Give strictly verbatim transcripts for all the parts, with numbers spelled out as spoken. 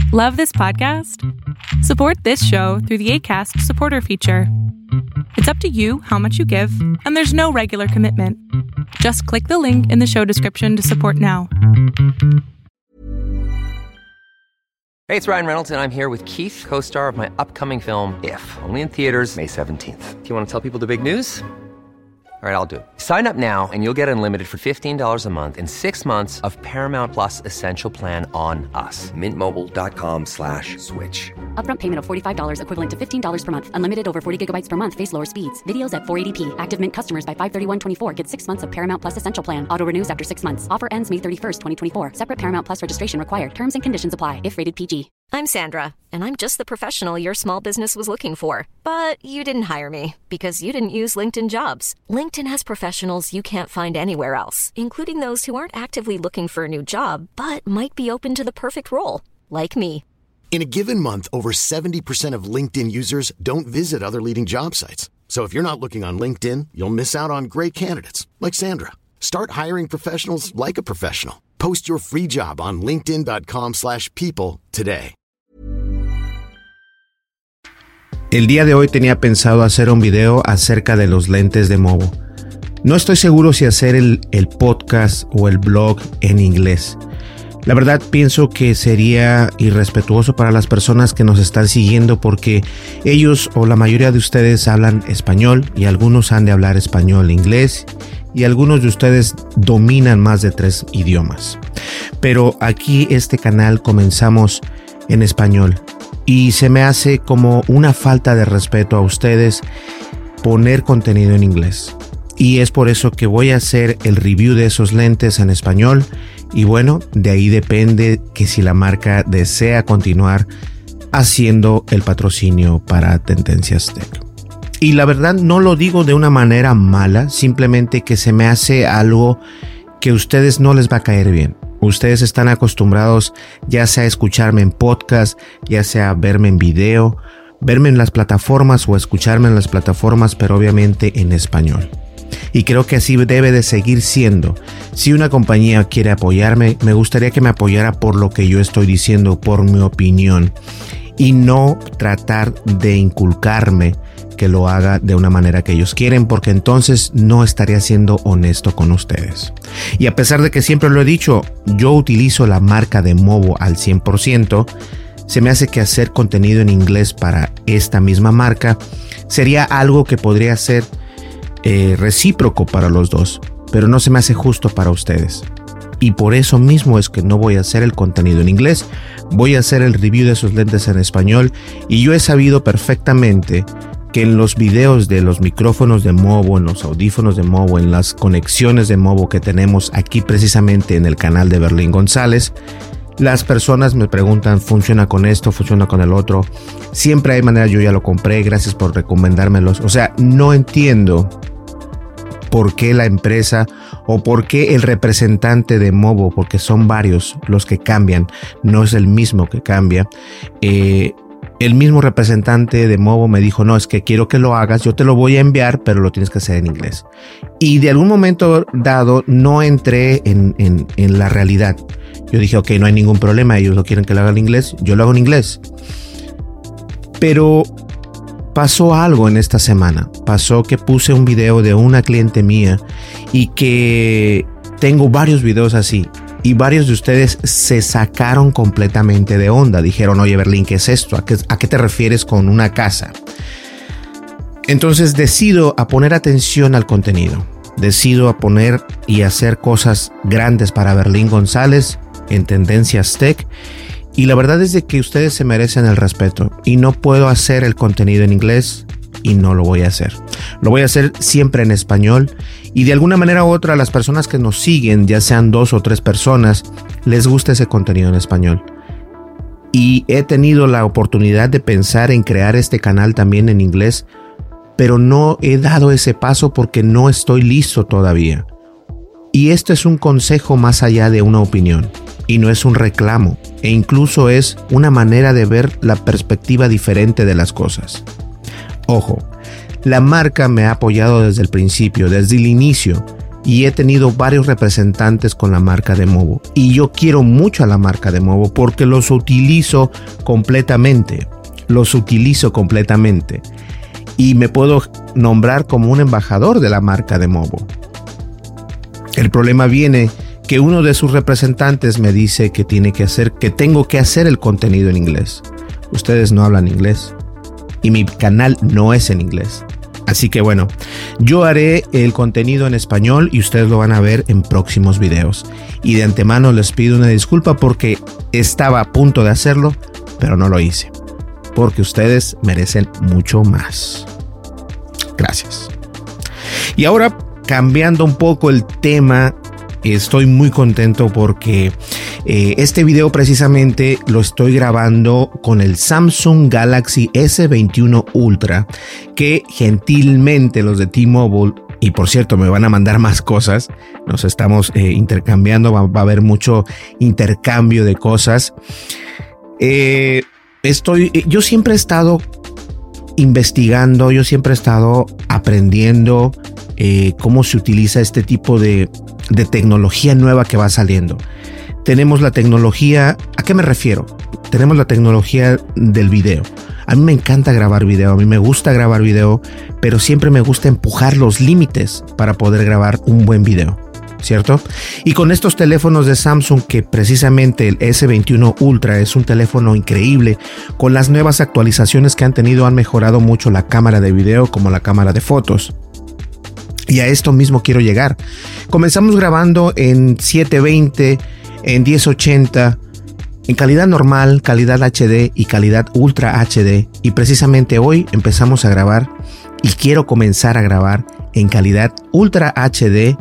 Love this podcast? Support this show through the Acast supporter feature. It's up to you how much you give, and there's no regular commitment. Just click the link in the show description to support now. Hey, it's Ryan Reynolds, and I'm here with Keith, co-star of my upcoming film, If, only in theaters May seventeenth. Do you want to tell people the big news? All right, I'll do it. Sign up now and you'll get unlimited for fifteen dollars a month and six months of Paramount Plus Essential Plan on us. Mint Mobile dot com slash switch. Upfront payment of forty-five dollars equivalent to fifteen dollars per month. Unlimited over forty gigabytes per month. Face lower speeds. Videos at four eighty p. Active Mint customers by five thirty-one twenty-four get six months of Paramount Plus Essential Plan. Auto renews after six months. Offer ends May thirty-first, twenty twenty-four. Separate Paramount Plus registration required. Terms and conditions apply if rated P G. I'm Sandra, and I'm just the professional your small business was looking for. But you didn't hire me because you didn't use LinkedIn Jobs. LinkedIn has professionals you can't find anywhere else, including those who aren't actively looking for a new job, but might be open to the perfect role, like me. In a given month, over seventy percent of LinkedIn users don't visit other leading job sites. So if you're not looking on LinkedIn, you'll miss out on great candidates like Sandra. Start hiring professionals like a professional. Post your free job on linkedin dot com slash people today. El día de hoy tenía pensado hacer un video acerca de los lentes de Movo. No estoy seguro si hacer el, el podcast o el blog en inglés. La verdad pienso que sería irrespetuoso para las personas que nos están siguiendo porque ellos o la mayoría de ustedes hablan español y algunos han de hablar español e inglés y algunos de ustedes dominan más de tres idiomas. Pero aquí este canal comenzamos en español y se me hace como una falta de respeto a ustedes poner contenido en inglés. Y es por eso que voy a hacer el review de esos lentes en español. Y bueno, de ahí depende que si la marca desea continuar haciendo el patrocinio para Tendencias Tech. Y la verdad no lo digo de una manera mala, simplemente que se me hace algo que a ustedes no les va a caer bien. Ustedes están acostumbrados ya sea a escucharme en podcast, ya sea a verme en video, verme en las plataformas o escucharme en las plataformas, pero obviamente en español. Y creo que así debe de seguir siendo. Si una compañía quiere apoyarme, me gustaría que me apoyara por lo que yo estoy diciendo, por mi opinión, y no tratar de inculcarme que lo haga de una manera que ellos quieren, porque entonces no estaría siendo honesto con ustedes. Y a pesar de que siempre lo he dicho, yo utilizo la marca de Movo al cien por ciento, se me hace que hacer contenido en inglés para esta misma marca sería algo que podría ser eh, recíproco para los dos, pero no se me hace justo para ustedes. Y por eso mismo es que no voy a hacer el contenido en inglés, voy a hacer el review de esos lentes en español. Y yo he sabido perfectamente que en los videos de los micrófonos de Movo, en los audífonos de Movo, en las conexiones de Movo que tenemos aquí precisamente en el canal de Berlín González, las personas me preguntan, ¿funciona con esto? ¿Funciona con el otro? Siempre hay manera, yo ya lo compré, gracias por recomendármelos. O sea, no entiendo por qué la empresa o por qué el representante de Movo, porque son varios los que cambian, no es el mismo que cambia. Eh, el mismo representante de Movo me dijo, no, es que quiero que lo hagas, yo te lo voy a enviar, pero lo tienes que hacer en inglés. Y de algún momento dado no entré en, en, en la realidad. Yo dije, ok, no hay ningún problema, ellos lo quieren que lo haga en inglés, yo lo hago en inglés. Pero pasó algo en esta semana. Pasó que puse un video de una cliente mía y que tengo varios videos así. Y varios de ustedes se sacaron completamente de onda. Dijeron, oye Berlín, ¿qué es esto? ¿A qué, a qué te refieres con una casa? Entonces decido a poner atención al contenido. Decido a poner y hacer cosas grandes para Berlín González en Tendencias Tech. Y la verdad es de que ustedes se merecen el respeto. Y no puedo hacer el contenido en inglés y no lo voy a hacer. Lo voy a hacer siempre en español. Y de alguna manera u otra, a las personas que nos siguen, ya sean dos o tres personas, les gusta ese contenido en español. Y he tenido la oportunidad de pensar en crear este canal también en inglés, pero no he dado ese paso porque no estoy listo todavía. Y esto es un consejo más allá de una opinión, y no es un reclamo, e incluso es una manera de ver la perspectiva diferente de las cosas. Ojo, la marca me ha apoyado desde el principio, desde el inicio, y he tenido varios representantes con la marca de Movo. Y yo quiero mucho a la marca de Movo porque los utilizo completamente. Los utilizo completamente. Y me puedo nombrar como un embajador de la marca de Movo. El problema viene que uno de sus representantes me dice que tiene que hacer, que tengo que hacer el contenido en inglés. Ustedes no hablan inglés. Y mi canal no es en inglés. Así que bueno, yo haré el contenido en español y ustedes lo van a ver en próximos videos. Y de antemano les pido una disculpa porque estaba a punto de hacerlo, pero no lo hice. Porque ustedes merecen mucho más. Gracias. Y ahora, cambiando un poco el tema, estoy muy contento porque eh, este video precisamente lo estoy grabando con el Samsung Galaxy S veintiuno Ultra, que gentilmente los de T-Mobile, y por cierto me van a mandar más cosas, nos estamos eh, intercambiando, va, va a haber mucho intercambio de cosas. Eh, estoy, yo siempre he estado investigando, yo siempre he estado aprendiendo eh, cómo se utiliza este tipo de de tecnología nueva que va saliendo. Tenemos la tecnología, ¿a qué me refiero? Tenemos la tecnología del video. A mí me encanta grabar video, a mí me gusta grabar video, pero siempre me gusta empujar los límites para poder grabar un buen video, ¿cierto? Y con estos teléfonos de Samsung, que precisamente el S veintiuno Ultra es un teléfono increíble, con las nuevas actualizaciones que han tenido han mejorado mucho la cámara de video como la cámara de fotos. Y a esto mismo quiero llegar. Comenzamos grabando en setecientos veinte, en diez ochenta, en calidad normal, calidad H D y calidad Ultra H D. Y precisamente hoy empezamos a grabar y quiero comenzar a grabar en calidad Ultra H D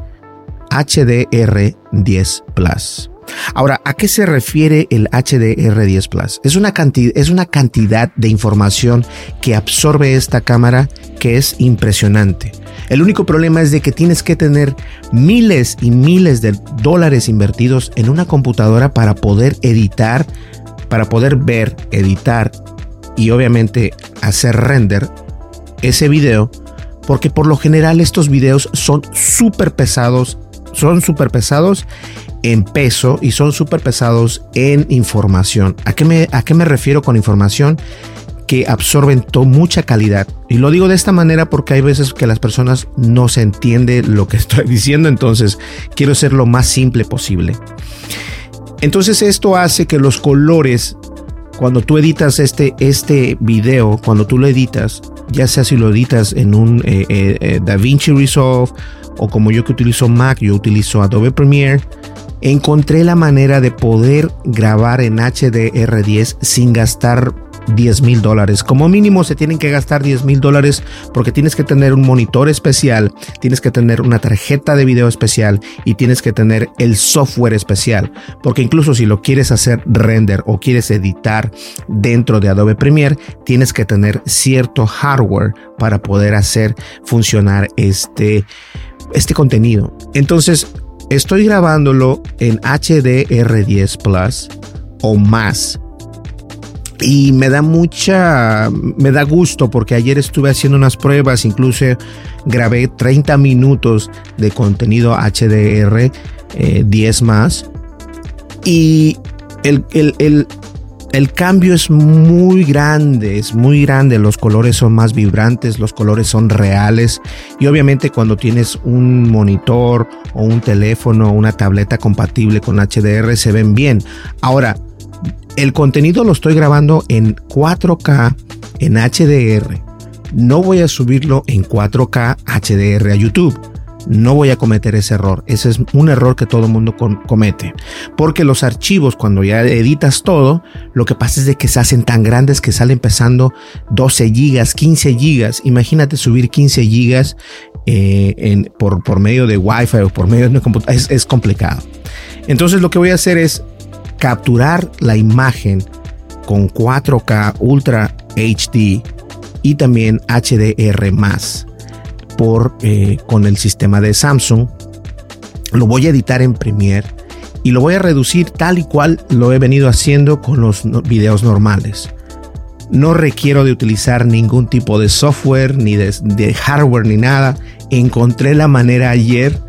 H D R diez Plus. Ahora, ¿a qué se refiere el H D R diez Plus? Es una cantidad, es una cantidad de información que absorbe esta cámara que es impresionante. El único problema es de que tienes que tener miles y miles de dólares invertidos en una computadora para poder editar, para poder ver, editar y obviamente hacer render ese video, porque por lo general estos videos son súper pesados, son súper pesados en peso y son súper pesados en información. ¿A qué me, a qué me refiero con información? Que absorben to- mucha calidad. Y lo digo de esta manera porque hay veces que las personas no se entiende lo que estoy diciendo, entonces quiero ser lo más simple posible. Entonces esto hace que los colores, cuando tú editas este, este video, cuando tú lo editas, ya sea si lo editas en un eh, eh, DaVinci Resolve o como yo que utilizo Mac, yo utilizo Adobe Premiere, encontré la manera de poder grabar en H D R diez sin gastar diez mil dólares. Como mínimo se tienen que gastar diez mil dólares porque tienes que tener un monitor especial, tienes que tener una tarjeta de video especial y tienes que tener el software especial. Porque incluso si lo quieres hacer render o quieres editar dentro de Adobe Premiere, tienes que tener cierto hardware para poder hacer funcionar este, este contenido. Entonces, estoy grabándolo en H D R diez Plus o más. Y me da mucha, me da gusto porque ayer estuve haciendo unas pruebas, incluso grabé treinta minutos de contenido H D R eh, diez más. Y el, el, el, el cambio es muy grande, es muy grande. Los colores son más vibrantes, los colores son reales. Y obviamente cuando tienes un monitor o un teléfono o una tableta compatible con H D R se ven bien. Ahora, el contenido lo estoy grabando en cuatro K en H D R. No voy a subirlo en cuatro K H D R a YouTube. No voy a cometer ese error. Ese es un error que todo el mundo com- comete. Porque los archivos, cuando ya editas todo, lo que pasa es de que se hacen tan grandes que salen pesando doce gigas, quince gigas. Imagínate subir quince gigas eh, en, por, por medio de Wi-Fi o por medio de una computadora. Es, es complicado. Entonces lo que voy a hacer es capturar la imagen con cuatro K Ultra H D y también H D R más por, eh, con el sistema de Samsung. Lo voy a editar en Premiere y lo voy a reducir tal y cual lo he venido haciendo con los videos normales. No requiero de utilizar ningún tipo de software ni de, de hardware ni nada. Encontré la manera ayer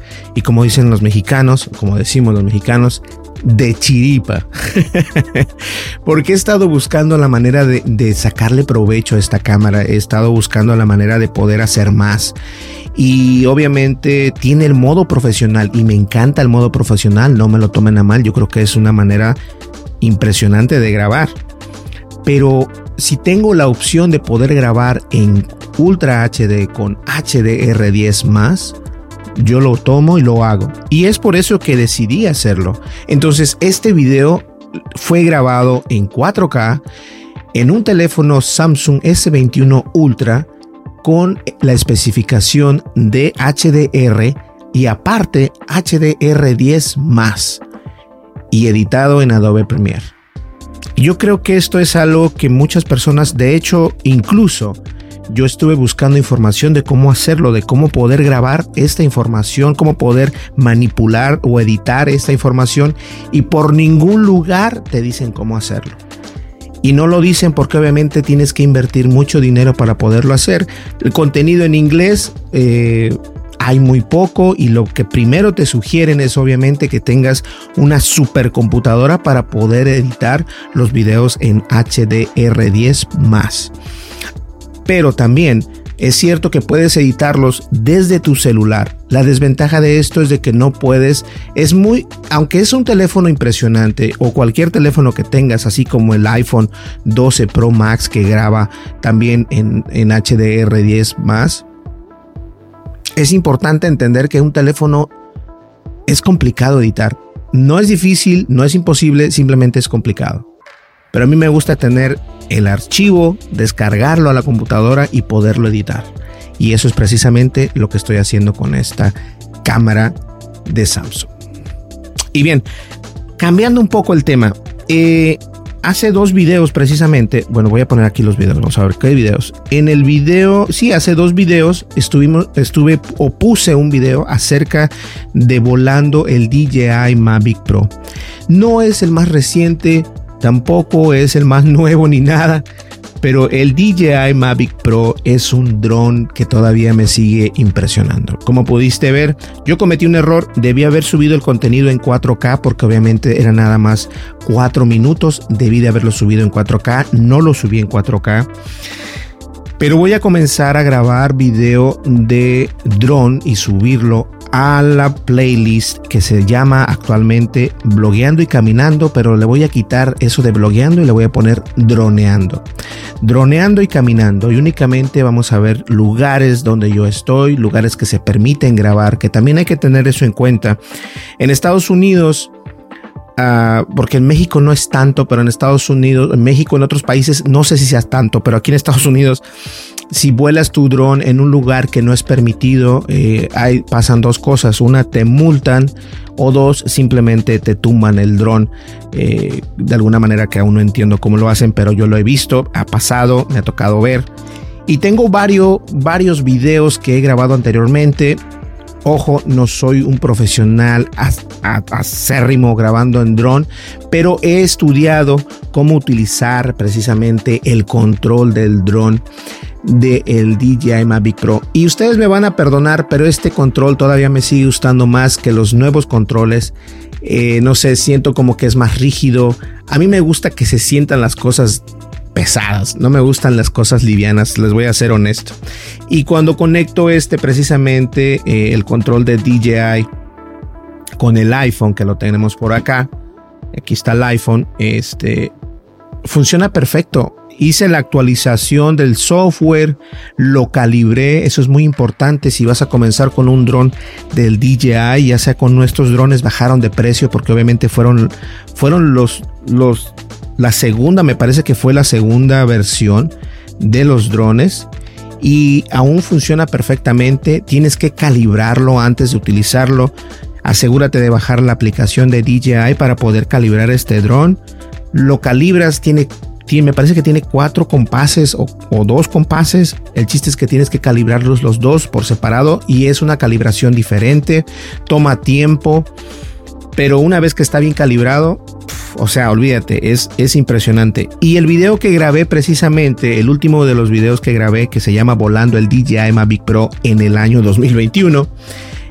y como dicen los mexicanos, como decimos los mexicanos, de chiripa. Porque he estado buscando la manera de, de sacarle provecho a esta cámara, he estado buscando la manera de poder hacer más. Y obviamente tiene el modo profesional y me encanta el modo profesional, no me lo tomen a mal, yo creo que es una manera impresionante de grabar. Pero si tengo la opción de poder grabar en Ultra H D con H D R diez más, yo lo tomo y lo hago. Y es por eso que decidí hacerlo. Entonces este video fue grabado en cuatro K en un teléfono Samsung S veintiuno Ultra con la especificación de H D R y aparte H D R diez más y editado en Adobe Premiere. Yo creo que esto es algo que muchas personas, de hecho, incluso yo estuve buscando información de cómo hacerlo, de cómo poder grabar esta información, cómo poder manipular o editar esta información, y por ningún lugar te dicen cómo hacerlo. Y no lo dicen porque obviamente tienes que invertir mucho dinero para poderlo hacer. El contenido en inglés eh, hay muy poco, y lo que primero te sugieren es obviamente que tengas una supercomputadora para poder editar los videos en H D R diez más. Pero también es cierto que puedes editarlos desde tu celular. La desventaja de esto es de que no puedes, es muy, aunque es un teléfono impresionante o cualquier teléfono que tengas, así como el iPhone doce Pro Max que graba también en, en H D R diez más, es importante entender que un teléfono es complicado editar. No es difícil, no es imposible, simplemente es complicado. Pero a mí me gusta tener el archivo, descargarlo a la computadora y poderlo editar. Y eso es precisamente lo que estoy haciendo con esta cámara de Samsung. Y bien, cambiando un poco el tema, eh, hace dos videos precisamente, bueno, voy a poner aquí los videos, vamos a ver qué videos. En el video, sí, hace dos videos estuvimos, estuve o puse un video acerca de volando el D J I Mavic Pro. No es el más reciente, tampoco es el más nuevo ni nada, pero el D J I Mavic Pro es un dron que todavía me sigue impresionando. Como pudiste ver, yo cometí un error, debí haber subido el contenido en cuatro K porque obviamente era nada más cuatro minutos, debí de haberlo subido en cuatro K, no lo subí en cuatro K. Pero voy a comenzar a grabar video de dron y subirlo a la playlist que se llama actualmente Blogueando y Caminando, pero le voy a quitar eso de blogueando y le voy a poner droneando. Droneando y caminando, y únicamente vamos a ver lugares donde yo estoy, lugares que se permiten grabar, que también hay que tener eso en cuenta. En Estados Unidos, Uh, porque en México no es tanto, pero en Estados Unidos, en México, en otros países, no sé si sea tanto, pero aquí en Estados Unidos, si vuelas tu dron en un lugar que no es permitido, eh, hay, pasan dos cosas. Una, te multan, o dos, simplemente te tumban el dron. Eh, de alguna manera que aún no entiendo cómo lo hacen, pero yo lo he visto, ha pasado, me ha tocado ver. Y tengo varios, varios videos que he grabado anteriormente. Ojo, no soy un profesional acérrimo grabando en dron, pero he estudiado cómo utilizar precisamente el control del dron del D J I Mavic Pro. Y ustedes me van a perdonar, pero este control todavía me sigue gustando más que los nuevos controles. Eh, no sé, siento como que es más rígido. A mí me gusta que se sientan las cosas pesadas, no me gustan las cosas livianas, les voy a ser honesto. Y cuando conecto este precisamente eh, el control de D J I con el iPhone, que lo tenemos por acá, aquí está el iPhone, este funciona perfecto. Hice la actualización del software, lo calibré, eso es muy importante si vas a comenzar con un dron del D J I, ya sea con nuestros drones bajaron de precio porque obviamente fueron, fueron los, los la segunda, me parece que fue la segunda versión de los drones y aún funciona perfectamente. Tienes que calibrarlo antes de utilizarlo. Asegúrate de bajar la aplicación de D J I para poder calibrar este dron. Lo calibras, tiene, tiene me parece que tiene cuatro compases o, o dos compases. El chiste es que tienes que calibrarlos los dos por separado y es una calibración diferente. Toma tiempo, pero una vez que está bien calibrado, o sea, olvídate, es, es impresionante. Y el video que grabé precisamente, el último de los videos que grabé, que se llama Volando el D J I Mavic Pro en el año dos mil veintiuno,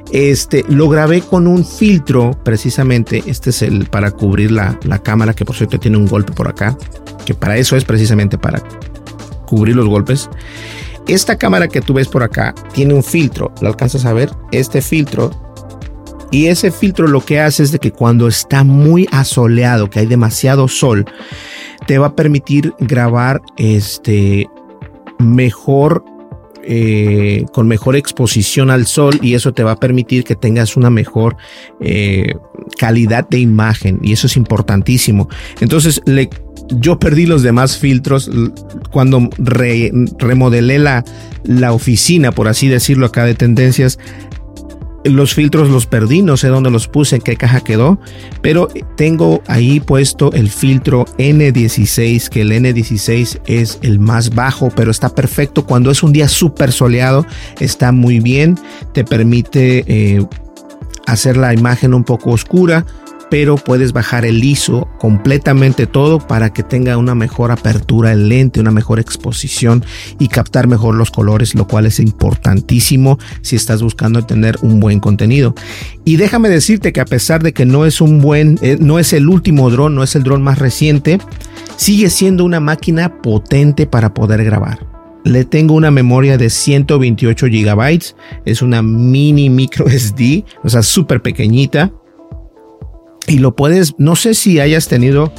Este, lo grabé con un filtro, precisamente. Este es el para cubrir la, la cámara, que por cierto tiene un golpe por acá, que para eso es precisamente para cubrir los golpes. Esta cámara que tú ves por acá tiene un filtro, ¿lo alcanzas a ver? Este filtro, y ese filtro lo que hace es de que cuando está muy asoleado, que hay demasiado sol, te va a permitir grabar este mejor, eh, con mejor exposición al sol, y eso te va a permitir que tengas una mejor eh, calidad de imagen, y eso es importantísimo. Entonces le Yo perdí los demás filtros cuando re, remodelé la, la oficina, por así decirlo, acá de Tendencias. Los filtros los perdí, no sé dónde los puse, en qué caja quedó, pero tengo ahí puesto el filtro ene dieciséis, que el ene dieciséis es el más bajo, pero está perfecto cuando es un día súper soleado, está muy bien, te permite eh, hacer la imagen un poco oscura, pero puedes bajar el I S O completamente todo para que tenga una mejor apertura el lente, una mejor exposición y captar mejor los colores, lo cual es importantísimo si estás buscando tener un buen contenido. Y déjame decirte que a pesar de que no es un buen, eh, no es el último dron, no es el dron más reciente, sigue siendo una máquina potente para poder grabar. Le tengo una memoria de ciento veintiocho gigabytes, es una mini micro ese de, o sea, súper pequeñita. Y lo puedes, no sé si hayas tenido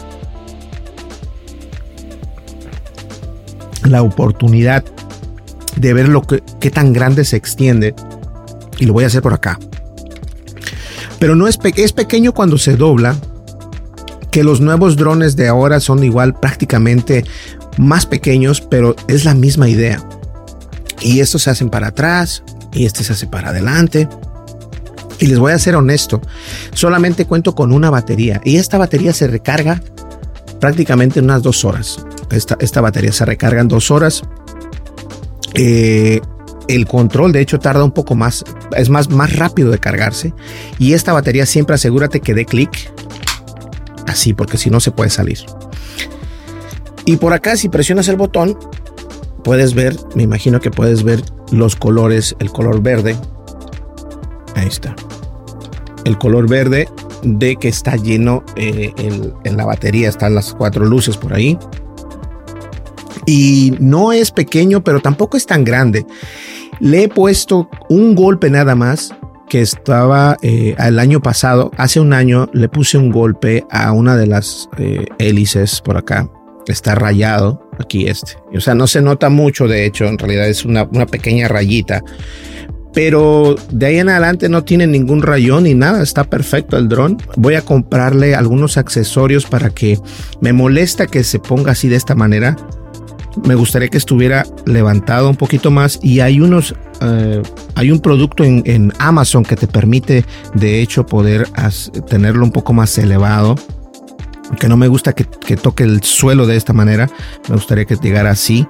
la oportunidad de ver lo que, qué tan grande se extiende. Y lo voy a hacer por acá. Pero no es, pe- es pequeño cuando se dobla. Que los nuevos drones de ahora son igual, prácticamente más pequeños, pero es la misma idea. Y estos se hacen para atrás y este se hace para adelante. Y les voy a ser honesto, solamente cuento con una batería y esta batería se recarga prácticamente en unas dos horas. Esta, esta batería se recarga en dos horas. Eh, el control de hecho tarda un poco más, es más, más rápido de cargarse. Y esta batería siempre asegúrate que dé clic, así, porque si no se puede salir. Y por acá si presionas el botón, puedes ver, me imagino que puedes ver los colores, el color verde. Ahí está. El color verde de que está lleno eh, en, en la batería. Están las cuatro luces por ahí. Y no es pequeño, pero tampoco es tan grande. Le he puesto un golpe nada más que estaba eh, el año pasado. Hace un año le puse un golpe a una de las eh, hélices por acá. Está rayado aquí este. O sea, no se nota mucho, de hecho. En realidad es una, una pequeña rayita. Pero de ahí en adelante no tiene ningún rayón ni nada, está perfecto el dron. Voy a comprarle algunos accesorios para que me molesta que se ponga así de esta manera. Me gustaría que estuviera levantado un poquito más y hay unos, uh, hay un producto en, en Amazon que te permite de hecho poder as, tenerlo un poco más elevado. Que no me gusta que, que toque el suelo de esta manera, me gustaría que llegara así.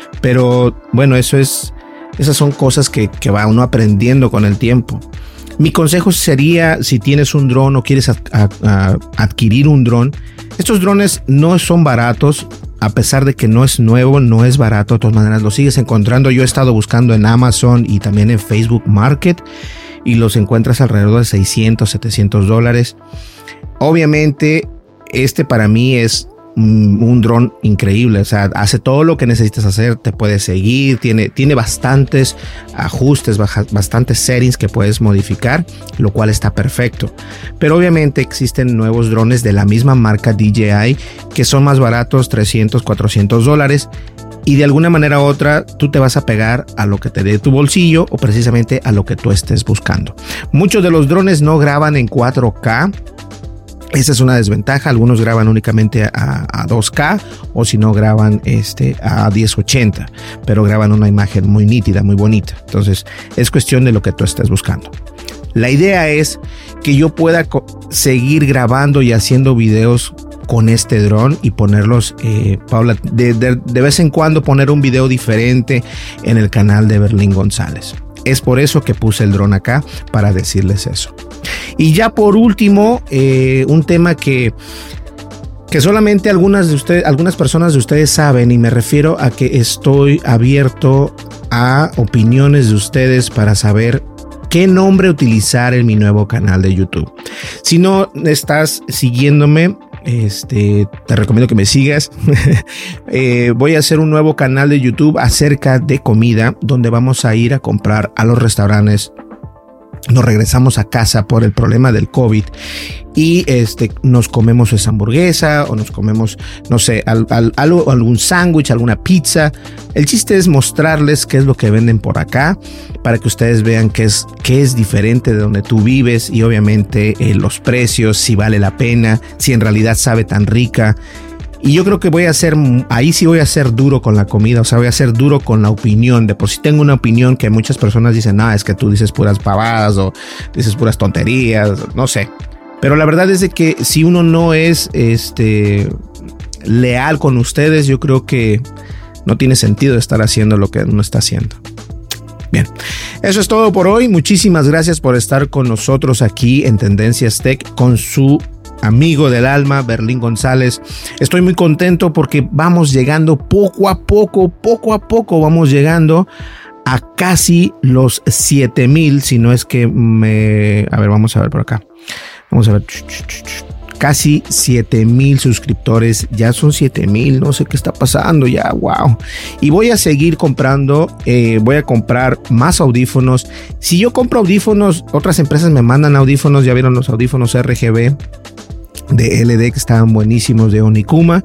Pero bueno, eso es... Esas son cosas que, que va uno aprendiendo con el tiempo. Mi consejo sería, si tienes un dron o quieres a, a, a adquirir un dron, estos drones no son baratos, a pesar de que no es nuevo, no es barato. De todas maneras, lo sigues encontrando. Yo he estado buscando en Amazon y también en Facebook Market y los encuentras alrededor de seiscientos, setecientos dólares. Obviamente, este para mí es un dron increíble, o sea, hace todo lo que necesitas hacer, te puede seguir, tiene, tiene bastantes ajustes, baja, bastantes settings que puedes modificar, lo cual está perfecto. Pero obviamente existen nuevos drones de la misma marca D J I que son más baratos, trescientos, cuatrocientos dólares, y de alguna manera u otra tú te vas a pegar a lo que te dé tu bolsillo o precisamente a lo que tú estés buscando. Muchos de los drones no graban en cuatro K. Esa es una desventaja. Algunos graban únicamente a, a dos K o si no graban este, a diez ochenta, pero graban una imagen muy nítida, muy bonita. Entonces es cuestión de lo que tú estés buscando. La idea es que yo pueda co- seguir grabando y haciendo videos con este dron y ponerlos, eh, Paula, de, de, de vez en cuando poner un video diferente en el canal de Berlín González. Es por eso que puse el dron acá, para decirles eso. Y ya por último, eh, un tema que, que solamente algunas de ustedes, algunas personas de ustedes saben, y me refiero a que estoy abierto a opiniones de ustedes para saber qué nombre utilizar en mi nuevo canal de YouTube. Si no estás siguiéndome, Este, te recomiendo que me sigas. eh, voy a hacer un nuevo canal de YouTube acerca de comida, donde vamos a ir a comprar a los restaurantes. Nos regresamos a casa por el problema del COVID y este, nos comemos esa hamburguesa o nos comemos, no sé, al, al, algo, algún sándwich, alguna pizza. El chiste es mostrarles qué es lo que venden por acá para que ustedes vean qué es, qué es diferente de donde tú vives y obviamente eh, los precios, si vale la pena, si en realidad sabe tan rica. Y yo creo que voy a ser, ahí sí voy a ser duro con la comida, o sea, voy a ser duro con la opinión. De por sí tengo una opinión que muchas personas dicen, no, es que tú dices puras pavadas o dices puras tonterías, no sé. Pero la verdad es de que si uno no es este, leal con ustedes, yo creo que no tiene sentido estar haciendo lo que uno está haciendo. Bien, eso es todo por hoy. Muchísimas gracias por estar con nosotros aquí en Tendencias Tech con su amigo del alma, Berlín González. Estoy muy contento porque vamos llegando poco a poco, poco a poco vamos llegando a casi los siete mil, si no es que me... A ver, vamos a ver por acá. Vamos a ver. Casi siete mil suscriptores, ya son siete mil, no sé qué está pasando ya, wow. Y voy a seguir comprando, eh, voy a comprar más audífonos. Si yo compro audífonos, otras empresas me mandan audífonos, ya vieron los audífonos R G B de L D que estaban buenísimos de Onikuma,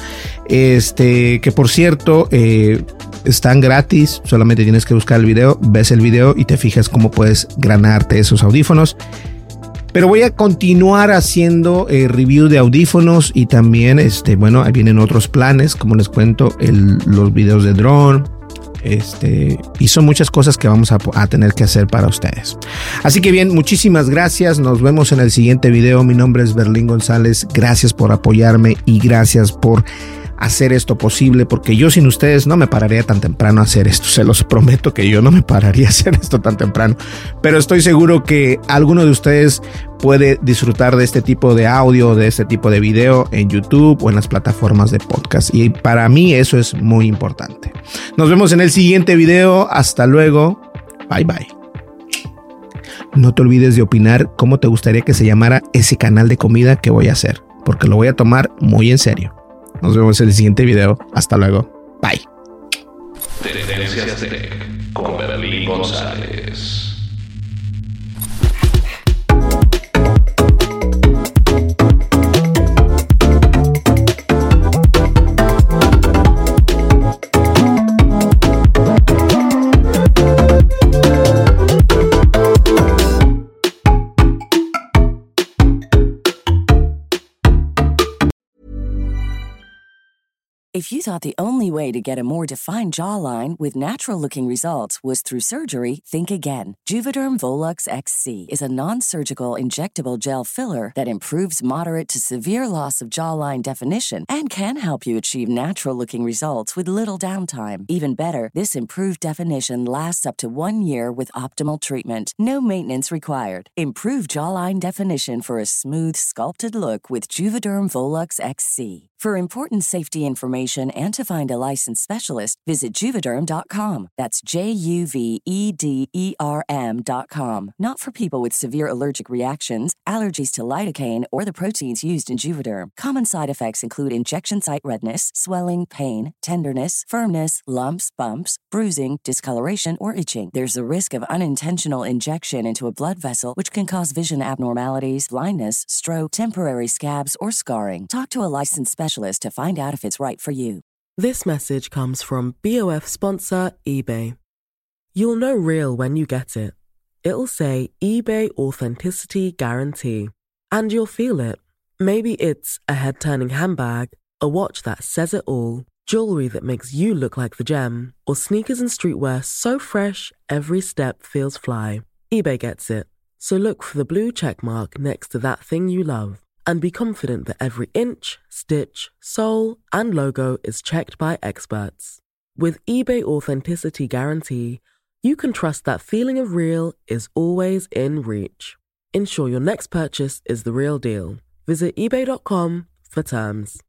este que por cierto eh, están gratis, solamente tienes que buscar el video, ves el video y te fijas cómo puedes ganarte esos audífonos. Pero voy a continuar haciendo eh, review de audífonos y también, este, bueno, ahí vienen otros planes, como les cuento, el, los videos de drone, este, y son muchas cosas que vamos a, a tener que hacer para ustedes. Así que bien, muchísimas gracias, nos vemos en el siguiente video. Mi nombre es Berlín González, gracias por apoyarme y gracias por hacer esto posible, porque yo sin ustedes no me pararía tan temprano a hacer esto, se los prometo que yo no me pararía a hacer esto tan temprano, pero estoy seguro que alguno de ustedes puede disfrutar de este tipo de audio, de este tipo de video en YouTube o en las plataformas de podcast, y para mí eso es muy importante. Nos vemos en el siguiente video, hasta luego, bye bye. No te olvides de opinar cómo te gustaría que se llamara ese canal de comida que voy a hacer, porque lo voy a tomar muy en serio. Nos vemos en el siguiente video. Hasta luego. Bye. Tendencias Tech con Berlín González. If you thought the only way to get a more defined jawline with natural-looking results was through surgery, think again. Juvederm Volux X C is a non-surgical injectable gel filler that improves moderate to severe loss of jawline definition and can help you achieve natural-looking results with little downtime. Even better, this improved definition lasts up to one year with optimal treatment. No maintenance required. Improve jawline definition for a smooth, sculpted look with Juvederm Volux X C. For important safety information and to find a licensed specialist, visit Juvederm dot com. That's J U V E D E R M dot com. Not for people with severe allergic reactions, allergies to lidocaine, or the proteins used in Juvederm. Common side effects include injection site redness, swelling, pain, tenderness, firmness, lumps, bumps, bruising, discoloration, or itching. There's a risk of unintentional injection into a blood vessel, which can cause vision abnormalities, blindness, stroke, temporary scabs, or scarring. Talk to a licensed specialist to find out if it's right for you. This message comes from B O F sponsor eBay. You'll know real when you get it. It'll say eBay Authenticity Guarantee. And you'll feel it. Maybe it's a head-turning handbag, a watch that says it all, jewelry that makes you look like the gem, or sneakers and streetwear so fresh every step feels fly. eBay gets it. So look for the blue check mark next to that thing you love. And be confident that every inch, stitch, sole, and logo is checked by experts. With eBay Authenticity Guarantee, you can trust that feeling of real is always in reach. Ensure your next purchase is the real deal. Visit ebay dot com for terms.